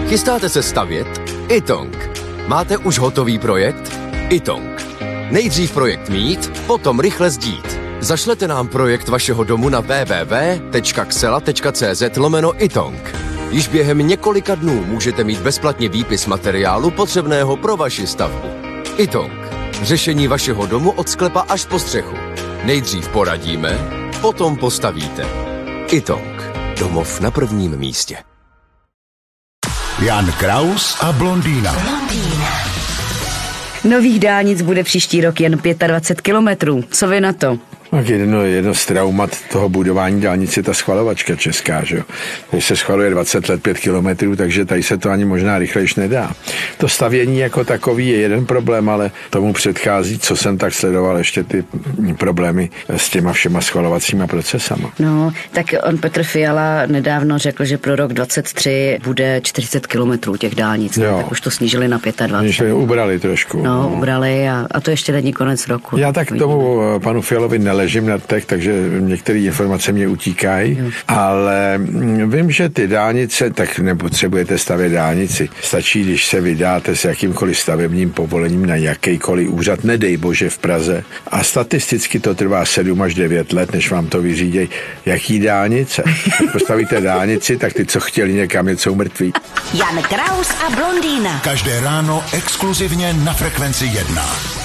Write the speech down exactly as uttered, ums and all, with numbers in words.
Chystáte se stavět? Itong. Máte už hotový projekt? Itong. Nejdřív projekt mít, potom rychle sdít. Zašlete nám projekt vašeho domu na w w w tečka xela tečka c z lomeno Itong. Již během několika dnů můžete mít bezplatně výpis materiálu potřebného pro vaši stavbu. Itong. Řešení vašeho domu od sklepa až po střechu. Nejdřív poradíme, potom postavíte. Itong. Domov na prvním místě. Jan Kraus a blondýna. Blondýna. Nových dálnic bude příští rok jen dvacet pět kilometrů. Co vy na to? Tak jedno, jedno z traumat toho budování dálnice je ta schvalovačka česká, že jo. Tady se schvaluje dvacet let pět kilometrů, takže tady se to ani možná rychlejš nedá. To stavění jako takový je jeden problém, ale tomu předchází, co jsem tak sledoval, ještě ty problémy s těma všema schvalovacíma procesama. No, tak on Petr Fiala nedávno řekl, že pro rok dvacet tři bude čtyřicet kilometrů těch dálnic, no, tak už to snížili na dvacet pět. Ubrali trošku. No, no. ubrali a, a to ještě není konec roku. Já tak tomu panu Fialovi neležím na těch, takže některé informace mě utíkají, jo. Ale vím, že ty dálnice, tak nepotřebujete stavět dálnici. Stačí, když se vydáte s jakýmkoliv stavebním povolením na jakýkoliv úřad, nedej bože v Praze. A statisticky to trvá sedm až devět let, než vám to vyřídějí. Jaký dálnice? Když postavíte dálnici, tak ty, co chtěli někam, jsou mrtví. Jan Kraus a blondýna. Každé ráno exkluzivně na Frekvenci jedna.